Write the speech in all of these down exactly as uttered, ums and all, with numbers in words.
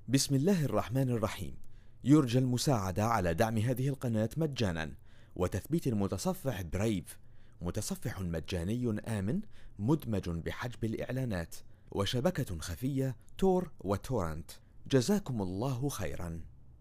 بسم الله الرحمن الرحيم. يرجى المساعدة على دعم هذه القناة مجانا وتثبيت المتصفح برايف، متصفح مجاني آمن مدمج بحجب الإعلانات وشبكة خفية تور وتورنت. جزاكم الله خيرا.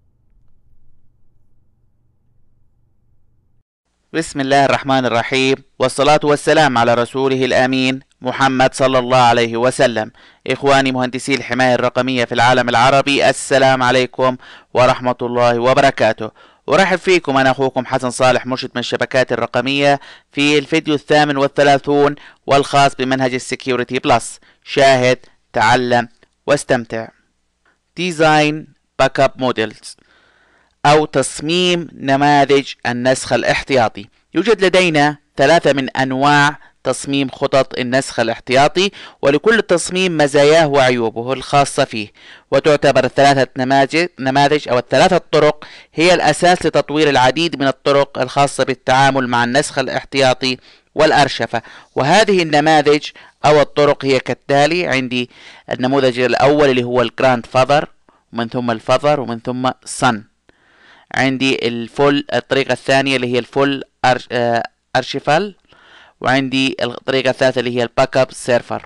بسم الله الرحمن الرحيم، والصلاة والسلام على رسوله الأمين محمد صلى الله عليه وسلم. إخواني مهندسي الحماية الرقمية في العالم العربي، السلام عليكم ورحمة الله وبركاته. أرحب فيكم، أنا أخوكم حسن صالح، مرشد من الشبكات الرقمية، في الفيديو الثامن والثلاثون والخاص بمنهج السكيورتي بلس. شاهد، تعلم واستمتع. ديزاين باك اب موديلز أو تصميم نماذج النسخ الاحتياطي. يوجد لدينا ثلاثة من أنواع تصميم خطط النسخ الاحتياطي، ولكل تصميم مزاياه وعيوبه الخاصة فيه، وتعتبر الثلاثة نماذج نماذج أو الثلاثة طرق هي الأساس لتطوير العديد من الطرق الخاصة بالتعامل مع النسخ الاحتياطي والأرشفة. وهذه النماذج أو الطرق هي كالتالي: عندي النموذج الأول اللي هو الجراند فاذر، ومن ثم الفاذر، ومن ثم صن. عندي الفول الطريقة الثانية اللي هي الفول أرشيفال، وعندي الطريقة الثالثة اللي هي الباك اب سيرفر.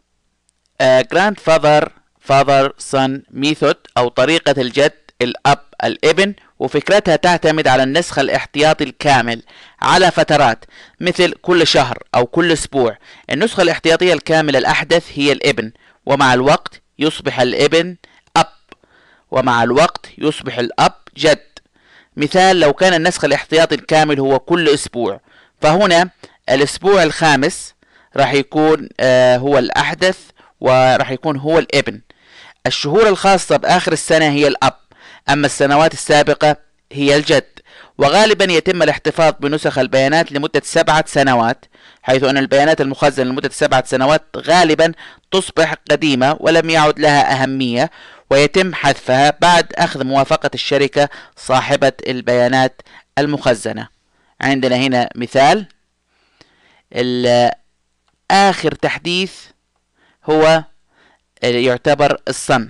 جراند فاذر فاذر سون ميثود أو طريقة الجد الأب الابن، وفكرتها تعتمد على النسخ الاحتياطي الكامل على فترات، مثل كل شهر أو كل أسبوع. النسخة الاحتياطية الكاملة الأحدث هي الابن، ومع الوقت يصبح الابن أب، ومع الوقت يصبح الأب جد. مثال: لو كان النسخ الاحتياطي الكامل هو كل أسبوع، فهنا الأسبوع الخامس راح يكون آه هو الأحدث، وراح يكون هو الابن. الشهور الخاصة بآخر السنة هي الأب، أما السنوات السابقة هي الجد. وغالبا يتم الاحتفاظ بنسخ البيانات لمدة سبعة سنوات، حيث أن البيانات المخزنة لمدة سبعة سنوات غالبا تصبح قديمة ولم يعد لها أهمية، ويتم حذفها بعد أخذ موافقة الشركة صاحبة البيانات المخزنة. عندنا هنا مثال: آخر تحديث هو يعتبر الصن،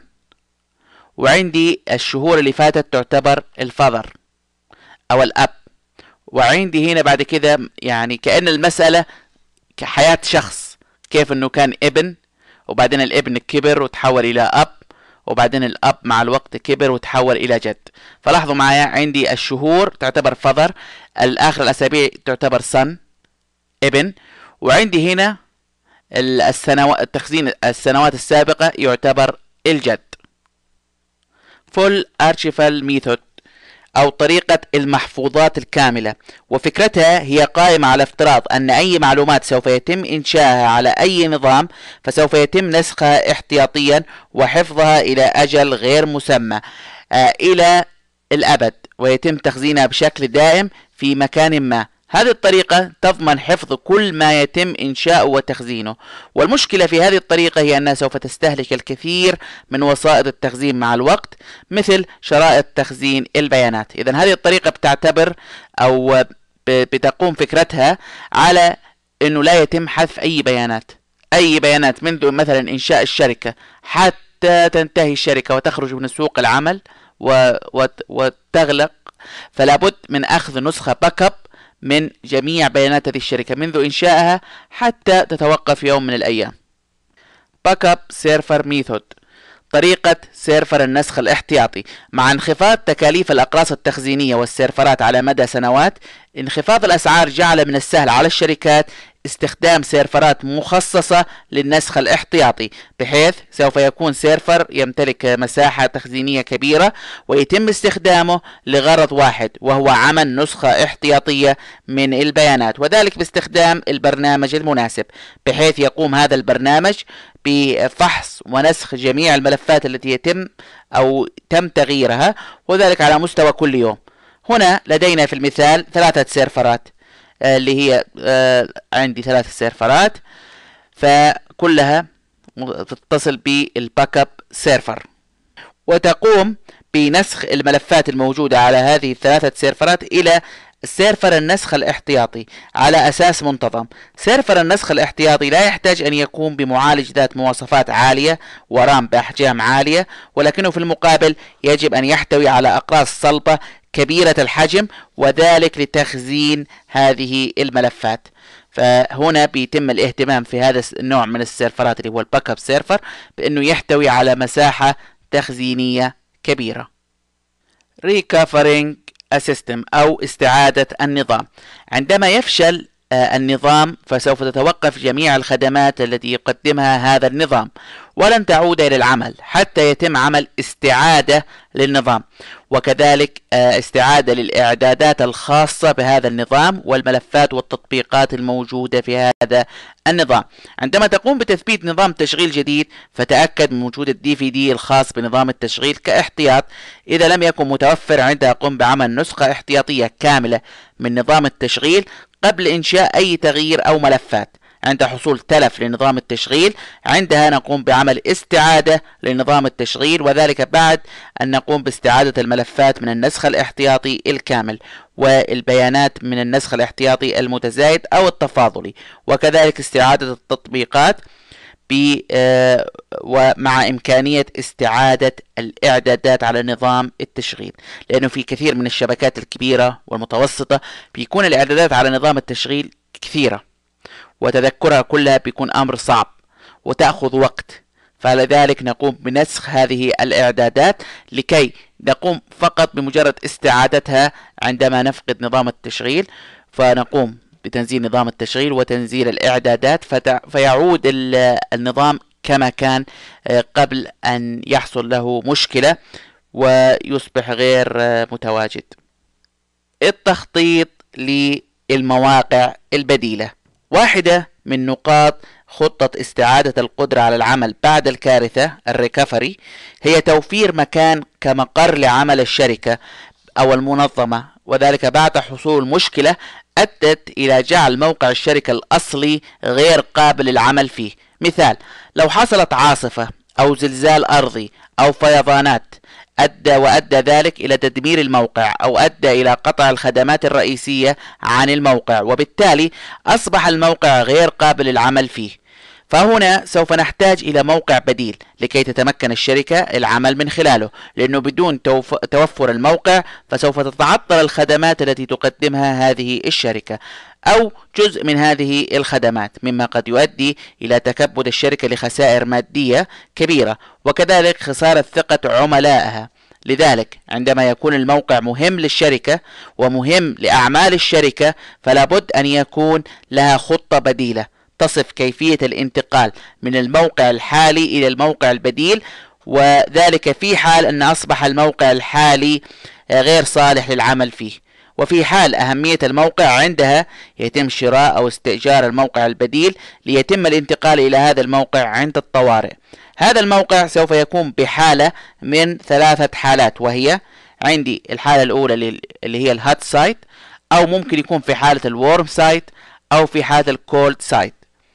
وعندي الشهور اللي فاتت تعتبر الفاذر أو الأب. وعندي هنا بعد كده يعني كأن المسألة كحياة شخص، كيف أنه كان ابن، وبعدين الابن كبر وتحول إلى أب، وبعدين الأب مع الوقت كبر وتحول إلى جد. فلاحظوا معايا، عندي الشهور تعتبر فاذر، الآخر الأسابيع تعتبر صن ابن، وعندي هنا السنوات التخزين السنوات السابقة يعتبر الجد. فول أرشيفال ميثود أو طريقة المحفوظات الكاملة، وفكرتها هي قائمة على افتراض أن أي معلومات سوف يتم إنشائها على أي نظام فسوف يتم نسخها احتياطيا وحفظها إلى أجل غير مسمى آه إلى الأبد، ويتم تخزينها بشكل دائم في مكان ما. هذه الطريقة تضمن حفظ كل ما يتم إنشاؤه وتخزينه، والمشكلة في هذه الطريقة هي أنها سوف تستهلك الكثير من وسائط التخزين مع الوقت، مثل شرائط تخزين البيانات. إذن هذه الطريقة بتعتبر أو بتقوم فكرتها على أنه لا يتم حذف أي بيانات أي بيانات منذ مثلا إنشاء الشركة حتى تنتهي الشركة وتخرج من سوق العمل وتغلق، فلا بد من أخذ نسخة باك اب من جميع بيانات هذه الشركة منذ إنشائها حتى تتوقف يوم من الأيام. باك اب سيرفر ميثود، طريقة سيرفر النسخ الاحتياطي. مع انخفاض تكاليف الأقراص التخزينية والسيرفرات على مدى سنوات، انخفاض الأسعار جعل من السهل على الشركات استخدام سيرفرات مخصصة للنسخ الاحتياطي، بحيث سوف يكون سيرفر يمتلك مساحة تخزينية كبيرة ويتم استخدامه لغرض واحد، وهو عمل نسخة احتياطية من البيانات، وذلك باستخدام البرنامج المناسب، بحيث يقوم هذا البرنامج بفحص ونسخ جميع الملفات التي يتم أو تم تغييرها، وذلك على مستوى كل يوم. هنا لدينا في المثال ثلاثة سيرفرات، اللي هي عندي ثلاث سيرفرات، فكلها تتصل بالباك اب سيرفر، وتقوم بنسخ الملفات الموجودة على هذه الثلاثة سيرفرات إلى السيرفر النسخ الاحتياطي على أساس منتظم. سيرفر النسخ الاحتياطي لا يحتاج أن يكون بمعالج ذات مواصفات عالية ورام بأحجام عالية، ولكنه في المقابل يجب أن يحتوي على أقراص صلبة كبيرة الحجم، وذلك لتخزين هذه الملفات. فهنا بيتم الاهتمام في هذا النوع من السيرفرات اللي هو الباك اب سيرفر بأنه يحتوي على مساحة تخزينية كبيرة. Recovering a system أو استعادة النظام. عندما يفشل النظام فسوف تتوقف جميع الخدمات التي يقدمها هذا النظام ولن تعود إلى العمل حتى يتم عمل استعادة للنظام، وكذلك استعادة للإعدادات الخاصة بهذا النظام والملفات والتطبيقات الموجودة في هذا النظام. عندما تقوم بتثبيت نظام تشغيل جديد فتأكد من وجود الدي في دي الخاص بنظام التشغيل كاحتياط. إذا لم يكن متوفر عندها قم بعمل نسخة احتياطية كاملة من نظام التشغيل قبل إنشاء أي تغيير أو ملفات. عند حصول تلف لنظام التشغيل عندها نقوم بعمل استعادة لنظام التشغيل، وذلك بعد أن نقوم باستعادة الملفات من النسخ الاحتياطي الكامل والبيانات من النسخ الاحتياطي المتزايد أو التفاضلي، وكذلك استعادة التطبيقات ومع إمكانية استعادة الإعدادات على نظام التشغيل، لأنه في كثير من الشبكات الكبيرة والمتوسطة بيكون الإعدادات على نظام التشغيل كثيرة وتذكرها كلها بيكون أمر صعب وتأخذ وقت، فلذلك نقوم بنسخ هذه الإعدادات لكي نقوم فقط بمجرد استعادتها عندما نفقد نظام التشغيل، فنقوم بتنزيل نظام التشغيل وتنزيل الإعدادات فيعود النظام كما كان قبل أن يحصل له مشكلة ويصبح غير متواجد. التخطيط للمواقع البديلة. واحدة من نقاط خطة استعادة القدرة على العمل بعد الكارثة الريكفري هي توفير مكان كمقر لعمل الشركة أو المنظمة، وذلك بعد حصول مشكلة أدت إلى جعل موقع الشركة الأصلي غير قابل للعمل فيه. مثال: لو حصلت عاصفة أو زلزال أرضي أو فيضانات أدى وأدى ذلك إلى تدمير الموقع أو أدى إلى قطع الخدمات الرئيسية عن الموقع، وبالتالي أصبح الموقع غير قابل للعمل فيه، فهنا سوف نحتاج إلى موقع بديل لكي تتمكن الشركة العمل من خلاله، لأنه بدون توفر الموقع فسوف تتعطل الخدمات التي تقدمها هذه الشركة أو جزء من هذه الخدمات، مما قد يؤدي إلى تكبد الشركة لخسائر مادية كبيرة وكذلك خسارة ثقة عملائها. لذلك عندما يكون الموقع مهم للشركة ومهم لأعمال الشركة فلا بد أن يكون لها خطة بديلة تصف كيفية الانتقال من الموقع الحالي إلى الموقع البديل، وذلك في حال أن أصبح الموقع الحالي غير صالح للعمل فيه. وفي حال أهمية الموقع عندها يتم شراء أو استئجار الموقع البديل ليتم الانتقال إلى هذا الموقع عند الطوارئ. هذا الموقع سوف يكون بحالة من ثلاثة حالات، وهي عندي الحالة الأولى اللي هي الهات سايت، أو ممكن يكون في حالة الورم سايت، أو في حالة الكولد سايت.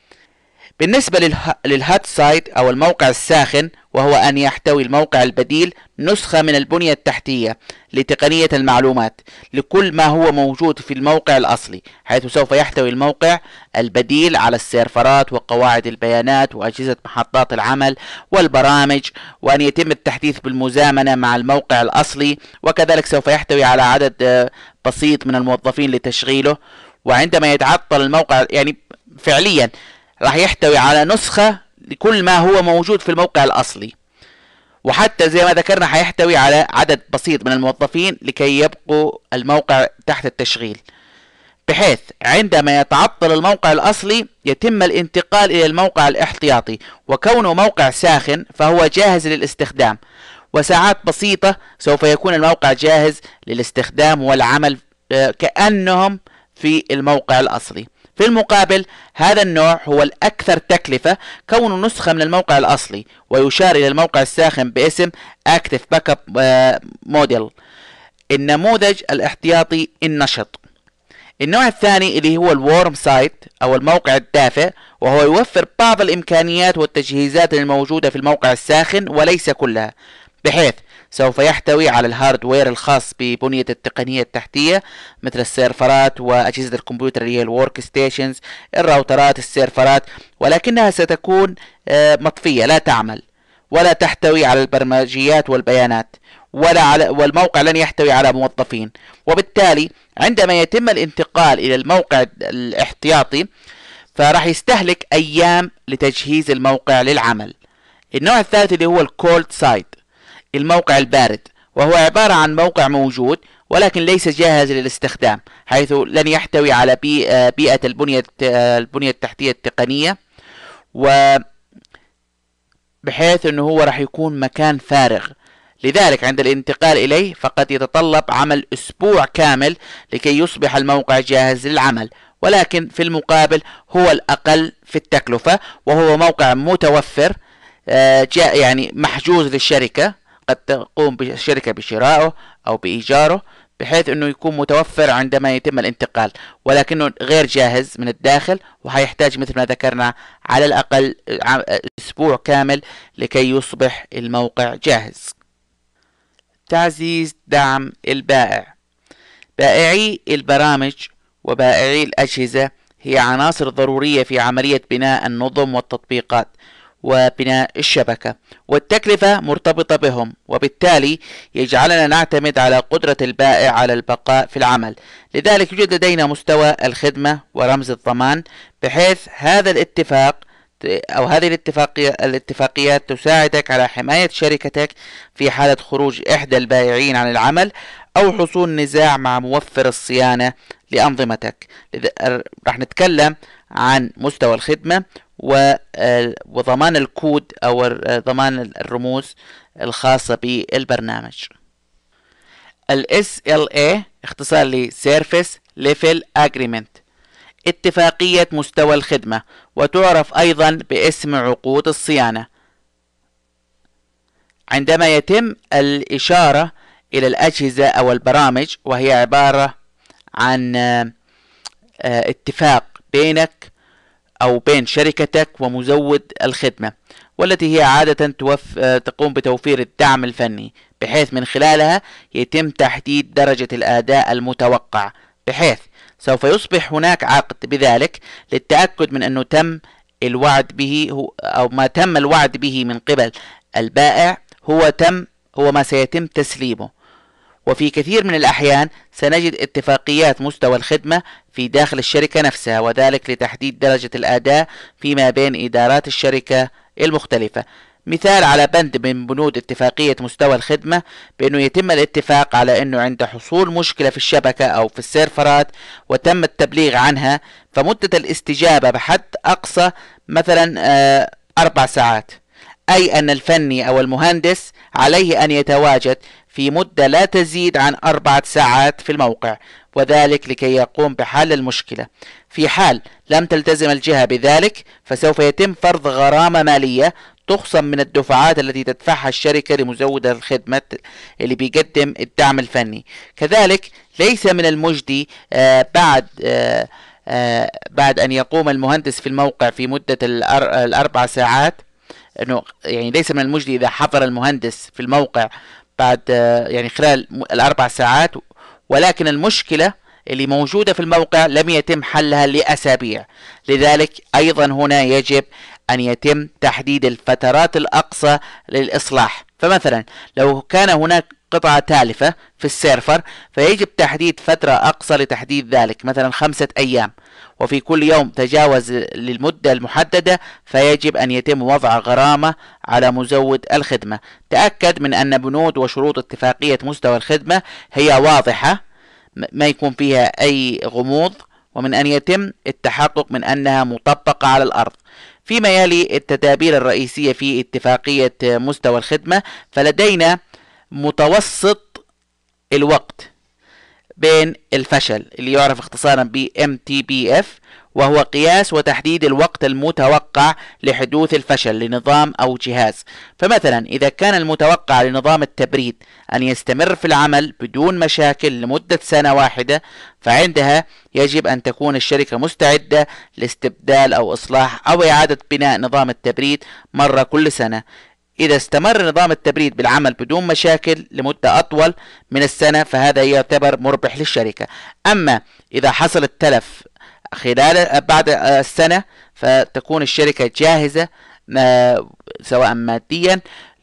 بالنسبة للهات سايت أو الموقع الساخن، وهو أن يحتوي الموقع البديل نسخة من البنية التحتية لتقنية المعلومات لكل ما هو موجود في الموقع الأصلي، حيث سوف يحتوي الموقع البديل على السيرفرات وقواعد البيانات وأجهزة محطات العمل والبرامج، وأن يتم التحديث بالمزامنة مع الموقع الأصلي، وكذلك سوف يحتوي على عدد بسيط من الموظفين لتشغيله. وعندما يتعطل الموقع يعني فعليا راح يحتوي على نسخة لكل ما هو موجود في الموقع الأصلي، وحتى زي ما ذكرنا حيحتوي على عدد بسيط من الموظفين لكي يبقوا الموقع تحت التشغيل، بحيث عندما يتعطل الموقع الأصلي يتم الانتقال إلى الموقع الاحتياطي، وكونه موقع ساخن فهو جاهز للاستخدام، وساعات بسيطة سوف يكون الموقع جاهز للاستخدام والعمل كأنهم في الموقع الأصلي. في المقابل هذا النوع هو الأكثر تكلفة كونه نسخة من الموقع الأصلي، ويشار إلى الموقع الساخن باسم Active Backup Model، النموذج الاحتياطي النشط. النوع الثاني اللي هو الورم سايت أو الموقع الدافئ، وهو يوفر بعض الإمكانيات والتجهيزات الموجودة في الموقع الساخن وليس كلها، بحيث سوف يحتوي على الهاردوير الخاص ببنية التقنية التحتية مثل السيرفرات وأجهزة الكمبيوتر اللي هي الورك ستيشنز، الراوترات، السيرفرات، ولكنها ستكون مطفية لا تعمل ولا تحتوي على البرمجيات والبيانات، ولا على والموقع لن يحتوي على موظفين. وبالتالي عندما يتم الانتقال إلى الموقع الاحتياطي فراح يستهلك أيام لتجهيز الموقع للعمل. النوع الثالث اللي هو الكولد سايت، الموقع البارد، وهو عبارة عن موقع موجود ولكن ليس جاهز للاستخدام، حيث لن يحتوي على بيئة البنية البنية التحتية التقنية، و بحيث انه هو راح يكون مكان فارغ. لذلك عند الانتقال اليه فقد يتطلب عمل اسبوع كامل لكي يصبح الموقع جاهز للعمل، ولكن في المقابل هو الاقل في التكلفة، وهو موقع متوفر جاء يعني محجوز للشركة، قد تقوم الشركة بشرائه او بايجاره، بحيث انه يكون متوفر عندما يتم الانتقال، ولكنه غير جاهز من الداخل، وهيحتاج مثل ما ذكرنا على الاقل اسبوع كامل لكي يصبح الموقع جاهز. تعزيز دعم البائع. بائعي البرامج وبائعي الأجهزة هي عناصر ضرورية في عملية بناء النظم والتطبيقات وبناء الشبكة، والتكلفة مرتبطة بهم، وبالتالي يجعلنا نعتمد على قدرة البائع على البقاء في العمل. لذلك يوجد لدينا مستوى الخدمة ورمز الضمان، بحيث هذا الاتفاق أو هذه الاتفاقية الاتفاقيات تساعدك على حماية شركتك في حالة خروج إحدى البائعين عن العمل أو حصول نزاع مع موفر الصيانة لأنظمتك. راح نتكلم عن مستوى الخدمة وضمان الكود أو ضمان الرموز الخاصة بالبرنامج. ال إس إل إيه اختصار ل Service Level Agreement، اتفاقية مستوى الخدمة، وتعرف أيضا باسم عقود الصيانة. عندما يتم الإشارة إلى الأجهزة أو البرامج، وهي عبارة عن اتفاق بينك أو بين شركتك ومزود الخدمة، والتي هي عادة توف... تقوم بتوفير الدعم الفني، بحيث من خلالها يتم تحديد درجة الأداء المتوقع، بحيث سوف يصبح هناك عقد بذلك للتأكد من أنه تم الوعد به هو أو ما تم الوعد به من قبل البائع هو تم هو ما سيتم تسليمه. وفي كثير من الأحيان سنجد اتفاقيات مستوى الخدمة في داخل الشركة نفسها، وذلك لتحديد درجة الأداء فيما بين إدارات الشركة المختلفة. مثال على بند من بنود اتفاقية مستوى الخدمة بأنه يتم الاتفاق على أنه عند حصول مشكلة في الشبكة أو في السيرفرات وتم التبليغ عنها، فمدة الاستجابة بحد أقصى مثلا أربع ساعات، أي أن الفني أو المهندس عليه أن يتواجد في مدة لا تزيد عن أربعة ساعات في الموقع، وذلك لكي يقوم بحل المشكلة. في حال لم تلتزم الجهة بذلك فسوف يتم فرض غرامة مالية تخصم من الدفعات التي تدفعها الشركة لمزود الخدمة اللي بيقدم الدعم الفني. كذلك ليس من المجدي آه بعد آه آه بعد أن يقوم المهندس في الموقع في مدة الأر الأربع ساعات، إنه يعني ليس من المجدي إذا حضر المهندس في الموقع بعد آه يعني خلال الأربع ساعات، ولكن المشكلة اللي موجودة في الموقع لم يتم حلها لأسابيع. لذلك أيضا هنا يجب أن يتم تحديد الفترات الأقصى للإصلاح. فمثلا لو كان هناك قطعة تالفة في السيرفر فيجب تحديد فترة أقصى لتحديد ذلك، مثلا خمسة أيام، وفي كل يوم تجاوز للمدة المحددة فيجب أن يتم وضع غرامة على مزود الخدمة. تأكد من أن بنود وشروط اتفاقية مستوى الخدمة هي واضحة، ما يكون فيها أي غموض، ومن أن يتم التحقق من أنها مطبقة على الأرض. فيما يلي التدابير الرئيسية في اتفاقية مستوى الخدمة، فلدينا متوسط الوقت بين الفشل اللي يعرف اختصارا ب إم تي بي إف، وهو قياس وتحديد الوقت المتوقع لحدوث الفشل لنظام أو جهاز. فمثلا إذا كان المتوقع لنظام التبريد أن يستمر في العمل بدون مشاكل لمدة سنة واحدة، فعندها يجب أن تكون الشركة مستعدة لاستبدال أو إصلاح أو إعادة بناء نظام التبريد مرة كل سنة. إذا استمر نظام التبريد بالعمل بدون مشاكل لمدة أطول من السنة فهذا يعتبر مربح للشركة. أما إذا حصل التلف خلال بعد السنة فتكون الشركة جاهزة سواء ماديا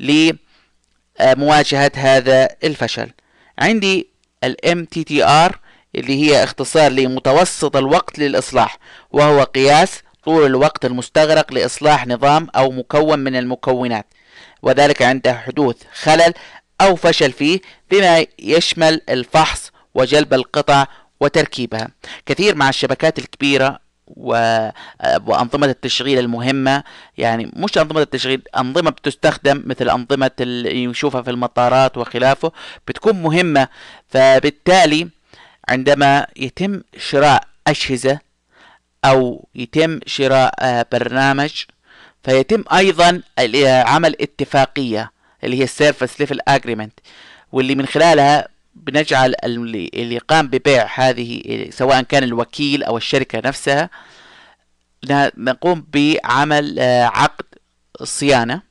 لمواجهة هذا الفشل. عندي ال إم تي تي آر اللي هي اختصار لمتوسط الوقت للإصلاح، وهو قياس طول الوقت المستغرق لإصلاح نظام أو مكون من المكونات، وذلك عند حدوث خلل أو فشل فيه، بما يشمل الفحص وجلب القطع وتركيبها. كثير مع الشبكات الكبيرة وأنظمة التشغيل المهمة، يعني مش أنظمة التشغيل، أنظمة بتستخدم مثل أنظمة اللي نشوفها في المطارات وخلافه بتكون مهمة. فبالتالي عندما يتم شراء أجهزة أو يتم شراء برنامج فيتم أيضا عمل اتفاقية اللي هي Service Level Agreement، واللي من خلالها بنجعل اللي قام ببيع هذه سواء كان الوكيل أو الشركة نفسها نقوم بعمل عقد صيانة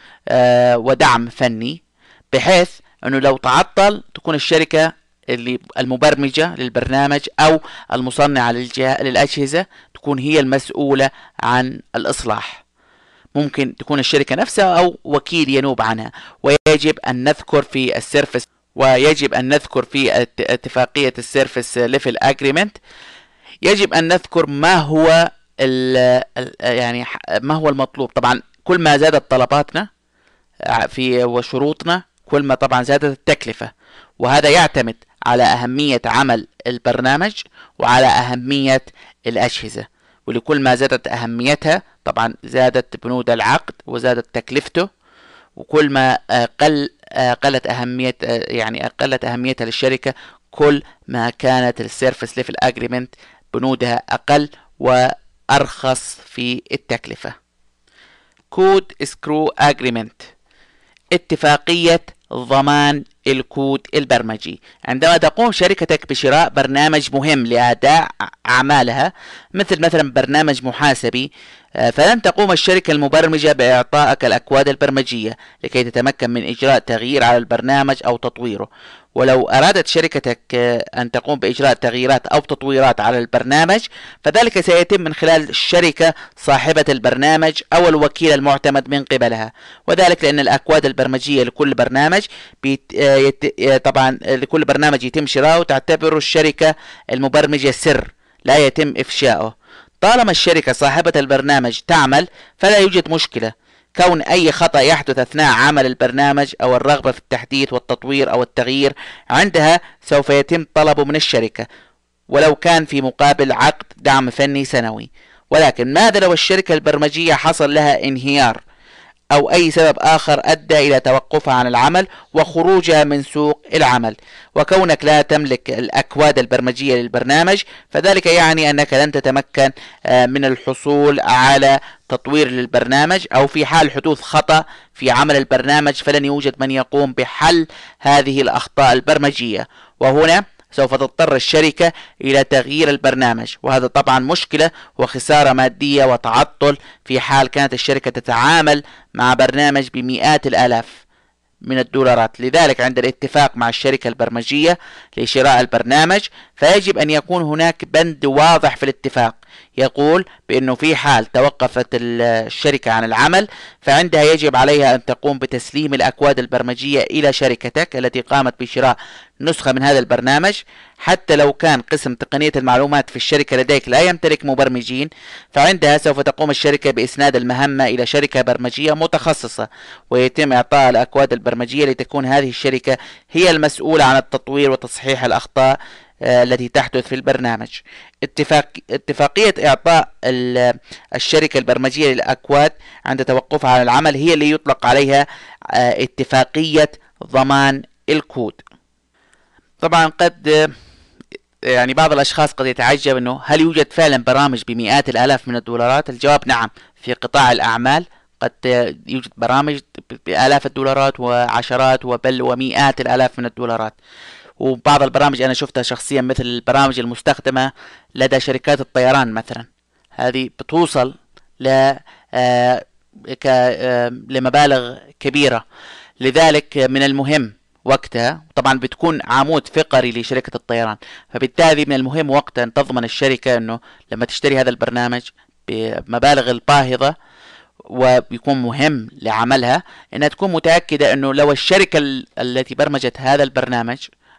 ودعم فني، بحيث أنه لو تعطل تكون الشركة اللي المبرمجة للبرنامج أو المصنعة للأجهزة تكون هي المسؤولة عن الإصلاح. ممكن تكون الشركة نفسها أو وكيل ينوب عنها. ويجب أن نذكر في السيرفس ويجب أن نذكر في اتفاقية السيرفس ليفل أجريمنت يجب أن نذكر ما هو يعني ما هو المطلوب. طبعا كل ما زادت طلباتنا في وشروطنا كل ما طبعا زادت التكلفة، وهذا يعتمد على أهمية عمل البرنامج وعلى أهمية الأجهزة، ولكل ما زادت أهميتها طبعا زادت بنود العقد وزادت تكلفته، وكل ما قل قلت أهمية يعني قلت أهميتها للشركة كل ما كانت السيرفس ليفل أجريمنت بنودها أقل وأرخص في التكلفة. كود سكرو أجريمنت، اتفاقية ضمان الكود البرمجي. عندما تقوم شركتك بشراء برنامج مهم لأداء أعمالها مثل مثلا برنامج محاسبي، فلن تقوم الشركة المبرمجة بإعطائك الأكواد البرمجية لكي تتمكن من إجراء تغيير على البرنامج أو تطويره. ولو أرادت شركتك أن تقوم بإجراء تغييرات أو تطويرات على البرنامج فذلك سيتم من خلال الشركة صاحبة البرنامج أو الوكيل المعتمد من قبلها، وذلك لأن الأكواد البرمجية لكل برنامج بيت... يت... طبعا لكل برنامج يتم شراؤه تعتبر الشركة المبرمجة سر لا يتم إفشاؤه. طالما الشركة صاحبة البرنامج تعمل فلا يوجد مشكلة، كون أي خطأ يحدث أثناء عمل البرنامج أو الرغبة في التحديث والتطوير أو التغيير عندها سوف يتم طلبه من الشركة ولو كان في مقابل عقد دعم فني سنوي. ولكن ماذا لو الشركة البرمجية حصل لها انهيار أو أي سبب آخر أدى إلى توقفها عن العمل وخروجها من سوق العمل؟ وكونك لا تملك الأكواد البرمجية للبرنامج فذلك يعني أنك لن تتمكن من الحصول على تطوير للبرنامج، أو في حال حدوث خطأ في عمل البرنامج فلن يوجد من يقوم بحل هذه الأخطاء البرمجية، وهنا سوف تضطر الشركة إلى تغيير البرنامج، وهذا طبعا مشكلة وخسارة مادية وتعطل في حال كانت الشركة تتعامل مع برنامج بمئات الآلاف من الدولارات. لذلك عند الاتفاق مع الشركة البرمجية لشراء البرنامج فيجب أن يكون هناك بند واضح في الاتفاق يقول بأنه في حال توقفت الشركة عن العمل فعندها يجب عليها أن تقوم بتسليم الأكواد البرمجية إلى شركتك التي قامت بشراء نسخة من هذا البرنامج. حتى لو كان قسم تقنية المعلومات في الشركة لديك لا يمتلك مبرمجين فعندها سوف تقوم الشركة بإسناد المهمة إلى شركة برمجية متخصصة ويتم إعطاء الأكواد البرمجية لتكون هذه الشركة هي المسؤولة عن التطوير وتصحيح الأخطاء التي تحدث في البرنامج. اتفاق اتفاقية إعطاء الشركة البرمجية للأكواد عند توقفها عن العمل هي اللي يطلق عليها اتفاقية ضمان الكود. طبعا قد يعني بعض الأشخاص قد يتعجب أنه هل يوجد فعلا برامج بمئات الآلاف من الدولارات؟ الجواب نعم. في قطاع الأعمال قد يوجد برامج بآلاف الدولارات وعشرات وبل ومئات الآلاف من الدولارات، وبعض البرامج أنا شفتها شخصيا مثل البرامج المستخدمة لدى شركات الطيران مثلا، هذه بتوصل ل لمبالغ كبيرة. لذلك من المهم وقتها، طبعا بتكون عمود فقري لشركة الطيران، فبالتالي من المهم وقتها أن تضمن الشركة أنه لما تشتري هذا البرنامج بمبالغ الباهظة، وبيكون مهم لعملها أنها تكون متأكدة أنه لو الشركة التي برمجت هذا البرنامج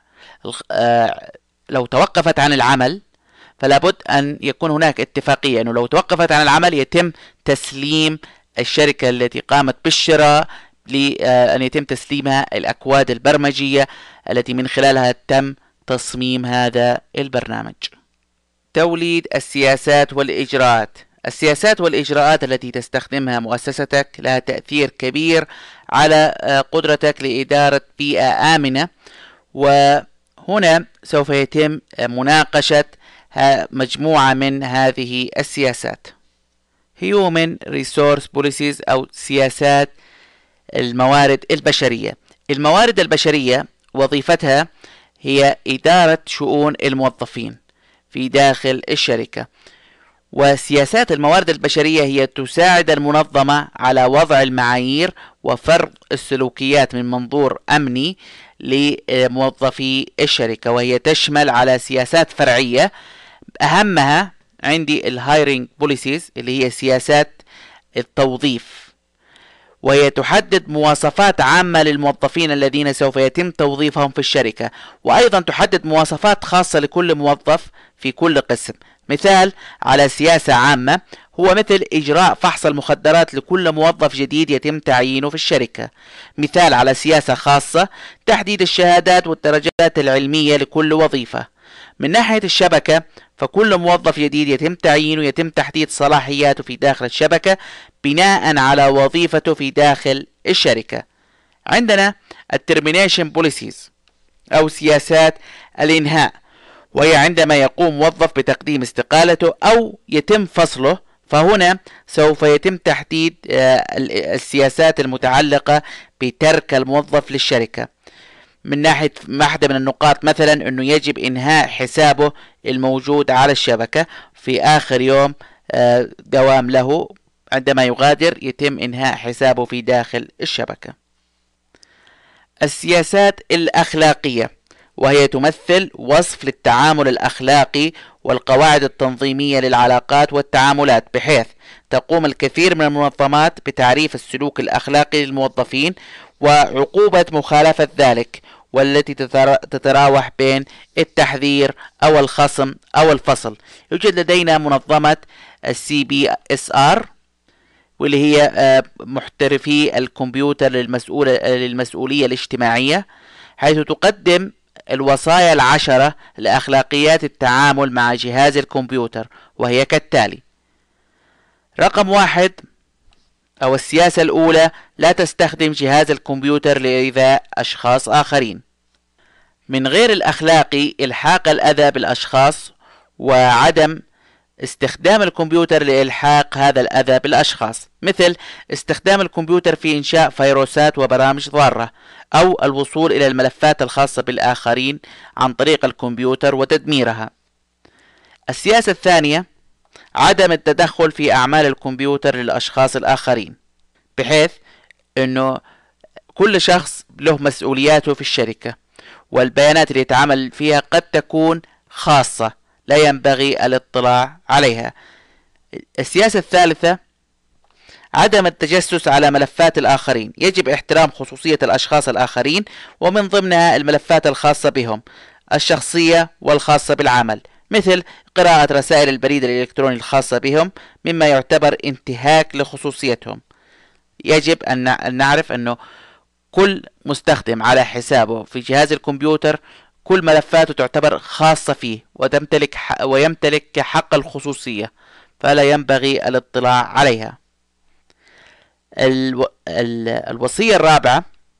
لو توقفت عن العمل، فلا بد أن يكون هناك اتفاقية أنه لو توقفت عن العمل يتم تسليم الشركة التي قامت بالشراء لأن يتم تسليمها الأكواد البرمجية التي من خلالها تم تصميم هذا البرنامج. توليد السياسات والإجراءات. السياسات والإجراءات التي تستخدمها مؤسستك لها تأثير كبير على قدرتك لإدارة بيئة آمنة، وهنا سوف يتم مناقشة مجموعة من هذه السياسات. Human Resource Policies أو سياسات الموارد البشرية. الموارد البشرية وظيفتها هي إدارة شؤون الموظفين في داخل الشركة، وسياسات الموارد البشرية هي تساعد المنظمة على وضع المعايير وفرض السلوكيات من منظور أمني لموظفي الشركة، وهي تشمل على سياسات فرعية أهمها عندي الهايرنج بوليسيز اللي هي سياسات التوظيف، وهي تحدد مواصفات عامة للموظفين الذين سوف يتم توظيفهم في الشركة، وأيضا تحدد مواصفات خاصة لكل موظف في كل قسم. مثال على سياسة عامة هو مثل إجراء فحص المخدرات لكل موظف جديد يتم تعيينه في الشركة. مثال على سياسة خاصة تحديد الشهادات والدرجات العلمية لكل وظيفة. من ناحية الشبكة فكل موظف جديد يتم تعيينه يتم تحديد صلاحياته في داخل الشبكة بناء على وظيفته في داخل الشركة. عندنا الترمينيشن بوليسيز أو سياسات الإنهاء، وهي عندما يقوم موظف بتقديم استقالته أو يتم فصله، فهنا سوف يتم تحديد السياسات المتعلقة بترك الموظف للشركة. من ناحية واحدة من النقاط مثلا أنه يجب إنهاء حسابه الموجود على الشبكة في آخر يوم دوام له، عندما يغادر يتم إنهاء حسابه في داخل الشبكة. السياسات الأخلاقية، وهي تمثل وصف للتعامل الأخلاقي والقواعد التنظيمية للعلاقات والتعاملات، بحيث تقوم الكثير من المنظمات بتعريف السلوك الأخلاقي للموظفين وعقوبة مخالفة ذلك، والتي تتراوح بين التحذير أو الخصم أو الفصل. يوجد لدينا منظمة السي بي اس ار، واللي هي محترفي الكمبيوتر للمسؤولية الاجتماعية، حيث تقدم الوصايا العشرة لأخلاقيات التعامل مع جهاز الكمبيوتر، وهي كالتالي: رقم واحد أو السياسة الأولى، لا تستخدم جهاز الكمبيوتر لإيذاء أشخاص آخرين. من غير الأخلاقي إلحاق الأذى بالأشخاص، وعدم استخدام الكمبيوتر لإلحاق هذا الأذى بالأشخاص، مثل استخدام الكمبيوتر في إنشاء فيروسات وبرامج ضارة، أو الوصول إلى الملفات الخاصة بالآخرين عن طريق الكمبيوتر وتدميرها. السياسة الثانية، عدم التدخل في أعمال الكمبيوتر للأشخاص الآخرين، بحيث أنه كل شخص له مسؤولياته في الشركة، والبيانات اللي يتعامل فيها قد تكون خاصة لا ينبغي الاطلاع عليها. السياسة الثالثة، عدم التجسس على ملفات الآخرين، يجب احترام خصوصية الأشخاص الآخرين، ومن ضمنها الملفات الخاصة بهم الشخصية والخاصة بالعمل، مثل قراءة رسائل البريد الإلكتروني الخاصة بهم، مما يعتبر انتهاك لخصوصيتهم. يجب أن نعرف أنه كل مستخدم على حسابه في جهاز الكمبيوتر كل ملفاته تعتبر خاصة فيه، وتمتلك ويمتلك حق الخصوصية، فلا ينبغي الاطلاع عليها. الو... ال... الوصية الرابعة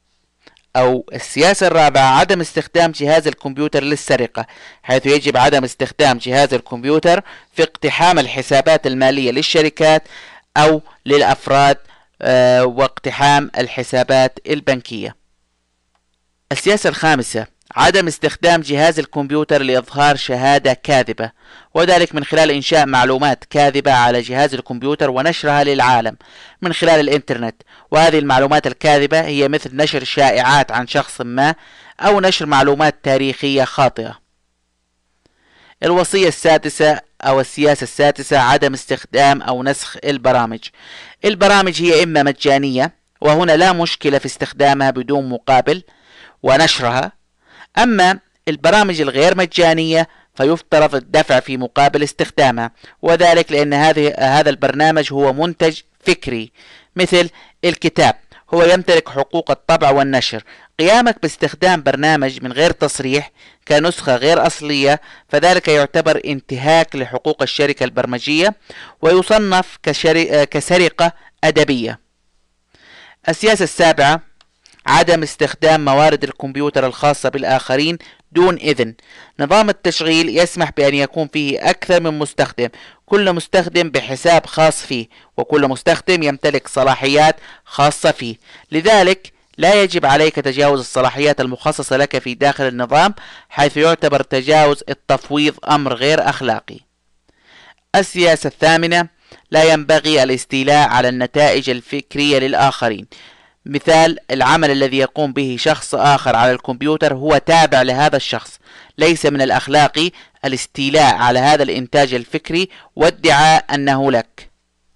أو السياسة الرابعة، عدم استخدام جهاز الكمبيوتر للسرقة، حيث يجب عدم استخدام جهاز الكمبيوتر في اقتحام الحسابات المالية للشركات أو للأفراد واقتحام الحسابات البنكية. السياسة الخامسة، عدم استخدام جهاز الكمبيوتر لإظهار شهادة كاذبة، وذلك من خلال إنشاء معلومات كاذبة على جهاز الكمبيوتر ونشرها للعالم من خلال الإنترنت. وهذه المعلومات الكاذبة هي مثل نشر شائعات عن شخص ما أو نشر معلومات تاريخية خاطئة. الوصية السادسة أو السياسة السادسة عدم استخدام أو نسخ البرامج. البرامج هي إما مجانية، وهنا لا مشكلة في استخدامها بدون مقابل ونشرها، أما البرامج الغير مجانية فيفترض الدفع في مقابل استخدامها، وذلك لأن هذه هذا البرنامج هو منتج فكري مثل الكتاب، هو يمتلك حقوق الطبع والنشر. قيامك باستخدام برنامج من غير تصريح كنسخة غير أصلية فذلك يعتبر انتهاك لحقوق الشركة البرمجية ويصنف كسرقة أدبية. السياسة السابعة عدم استخدام موارد الكمبيوتر الخاصة بالآخرين دون إذن. نظام التشغيل يسمح بأن يكون فيه أكثر من مستخدم، كل مستخدم بحساب خاص فيه، وكل مستخدم يمتلك صلاحيات خاصة فيه، لذلك لا يجب عليك تجاوز الصلاحيات المخصصة لك في داخل النظام، حيث يعتبر تجاوز التفويض أمر غير أخلاقي. السياسة الثامنة لا ينبغي الاستيلاء على النتائج الفكرية للآخرين. مثال العمل الذي يقوم به شخص آخر على الكمبيوتر هو تابع لهذا الشخص، ليس من الأخلاقي الاستيلاء على هذا الإنتاج الفكري وادعاء أنه لك.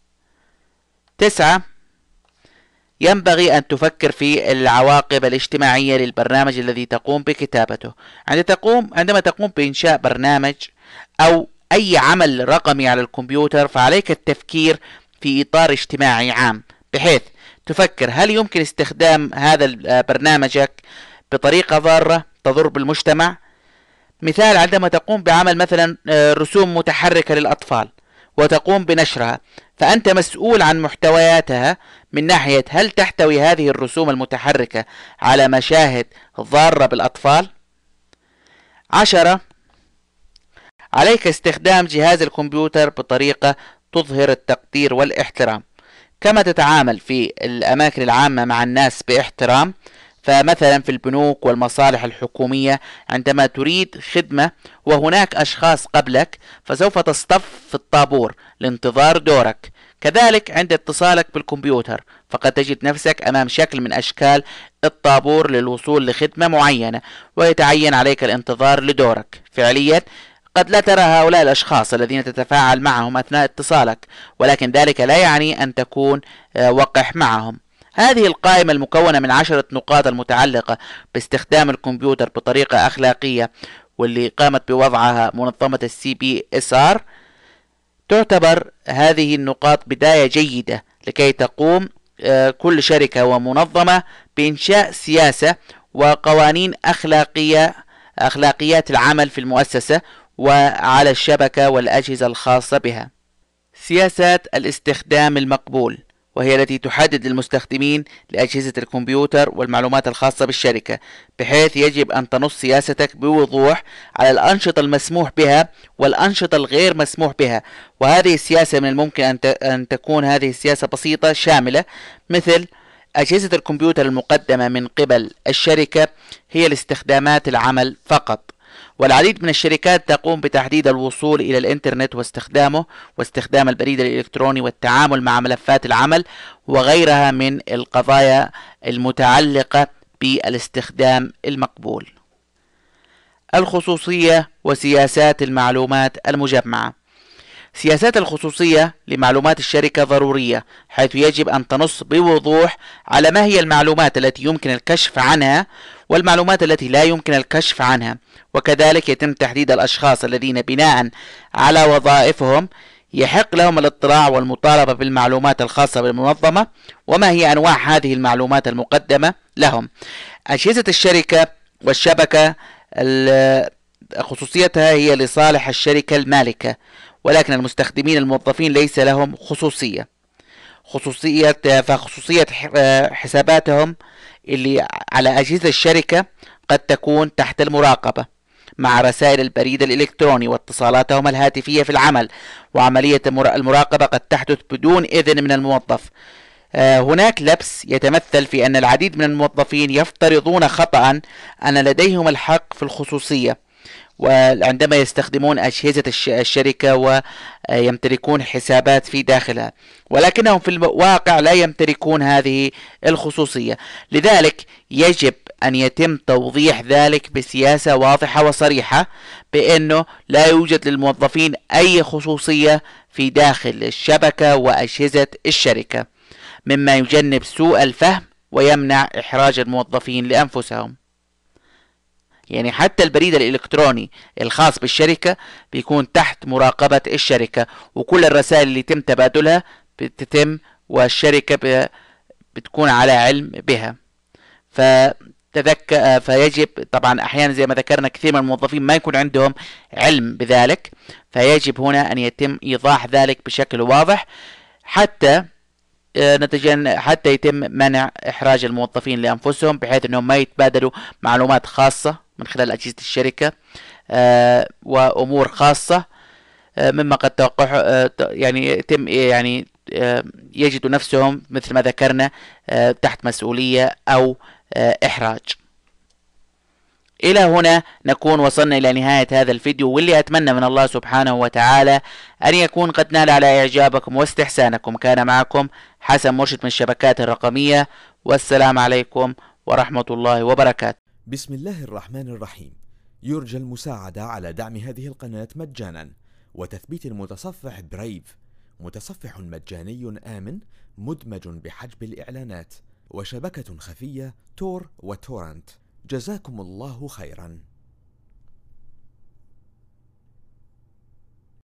تسعة ينبغي أن تفكر في العواقب الاجتماعية للبرنامج الذي تقوم بكتابته. عندما تقوم عندما تقوم بإنشاء برنامج أو أي عمل رقمي على الكمبيوتر فعليك التفكير في إطار اجتماعي عام، بحيث تفكر هل يمكن استخدام هذا برنامجك بطريقة ضارة تضر بالمجتمع. مثال عندما تقوم بعمل مثلا رسوم متحركة للأطفال وتقوم بنشرها، فأنت مسؤول عن محتوياتها من ناحية هل تحتوي هذه الرسوم المتحركة على مشاهد ضارة بالأطفال. عشرة عليك استخدام جهاز الكمبيوتر بطريقة تظهر التقدير والاحترام. كما تتعامل في الأماكن العامة مع الناس باحترام، فمثلا في البنوك والمصالح الحكومية عندما تريد خدمة وهناك أشخاص قبلك فسوف تصطف في الطابور لانتظار دورك. كذلك عند اتصالك بالكمبيوتر فقد تجد نفسك أمام شكل من أشكال الطابور للوصول لخدمة معينة، ويتعين عليك الانتظار لدورك. فعليا قد لا ترى هؤلاء الأشخاص الذين تتفاعل معهم أثناء اتصالك، ولكن ذلك لا يعني أن تكون وقح معهم. هذه القائمة المكونة من عشرة نقاط المتعلقة باستخدام الكمبيوتر بطريقة أخلاقية واللي قامت بوضعها منظمة السي بي إس آر، تعتبر هذه النقاط بداية جيدة لكي تقوم كل شركة ومنظمة بإنشاء سياسة وقوانين أخلاقية أخلاقيات العمل في المؤسسة وعلى الشبكة والأجهزة الخاصة بها. سياسات الاستخدام المقبول، وهي التي تحدد المستخدمين لأجهزة الكمبيوتر والمعلومات الخاصة بالشركة، بحيث يجب أن تنص سياستك بوضوح على الأنشطة المسموح بها والأنشطة الغير مسموح بها. وهذه السياسة من الممكن أن تكون هذه السياسة بسيطة شاملة، مثل أجهزة الكمبيوتر المقدمة من قبل الشركة هي لاستخدامات العمل فقط، والعديد من الشركات تقوم بتحديد الوصول إلى الإنترنت واستخدامه واستخدام البريد الإلكتروني والتعامل مع ملفات العمل وغيرها من القضايا المتعلقة بالاستخدام المقبول. الخصوصية وسياسات المعلومات المجمعة. سياسات الخصوصية لمعلومات الشركة ضرورية، حيث يجب أن تنص بوضوح على ما هي المعلومات التي يمكن الكشف عنها والمعلومات التي لا يمكن الكشف عنها، وكذلك يتم تحديد الأشخاص الذين بناء على وظائفهم يحق لهم الاطلاع والمطالبة بالمعلومات الخاصة بالمنظمة وما هي أنواع هذه المعلومات المقدمة لهم. أجهزة الشركة والشبكة خصوصيتها هي لصالح الشركة المالكة، ولكن المستخدمين الموظفين ليس لهم خصوصية. خصوصية فخصوصية حساباتهم اللي على أجهزة الشركة قد تكون تحت المراقبة مع رسائل البريد الإلكتروني واتصالاتهم الهاتفية في العمل، وعملية المراقبة قد تحدث بدون إذن من الموظف. هناك لبس يتمثل في أن العديد من الموظفين يفترضون خطأ أن لديهم الحق في الخصوصية وعندما يستخدمون أجهزة الشركة ويمتلكون حسابات في داخلها، ولكنهم في الواقع لا يمتلكون هذه الخصوصية. لذلك يجب أن يتم توضيح ذلك بسياسة واضحة وصريحة بأنه لا يوجد للموظفين أي خصوصية في داخل الشبكة وأجهزة الشركة، مما يجنب سوء الفهم ويمنع إحراج الموظفين لأنفسهم. يعني حتى البريد الإلكتروني الخاص بالشركة بيكون تحت مراقبة الشركة، وكل الرسائل اللي يتم تبادلها بتتم والشركة بتكون على علم بها. فتذكر فيجب طبعا أحيانا زي ما ذكرنا كثير من الموظفين ما يكون عندهم علم بذلك، فيجب هنا أن يتم إيضاح ذلك بشكل واضح حتى نتجنب حتى يتم منع إحراج الموظفين لأنفسهم، بحيث أنهم ما يتبادلوا معلومات خاصة من خلال أجهزة الشركة آه وأمور خاصة آه مما قد توقع آه يعني يتم يعني آه يجدوا نفسهم مثل ما ذكرنا آه تحت مسؤولية أو آه إحراج. إلى هنا نكون وصلنا إلى نهاية هذا الفيديو، واللي أتمنى من الله سبحانه وتعالى أن يكون قد نال على إعجابكم واستحسانكم. كان معكم حسن مرشد من الشبكات الرقمية، والسلام عليكم ورحمة الله وبركاته. بسم الله الرحمن الرحيم. يرجى المساعدة على دعم هذه القناة مجانا وتثبيت المتصفح برايف، متصفح مجاني آمن مدمج بحجب الإعلانات، وشبكة خفية تور وتورنت. جزاكم الله خيرا.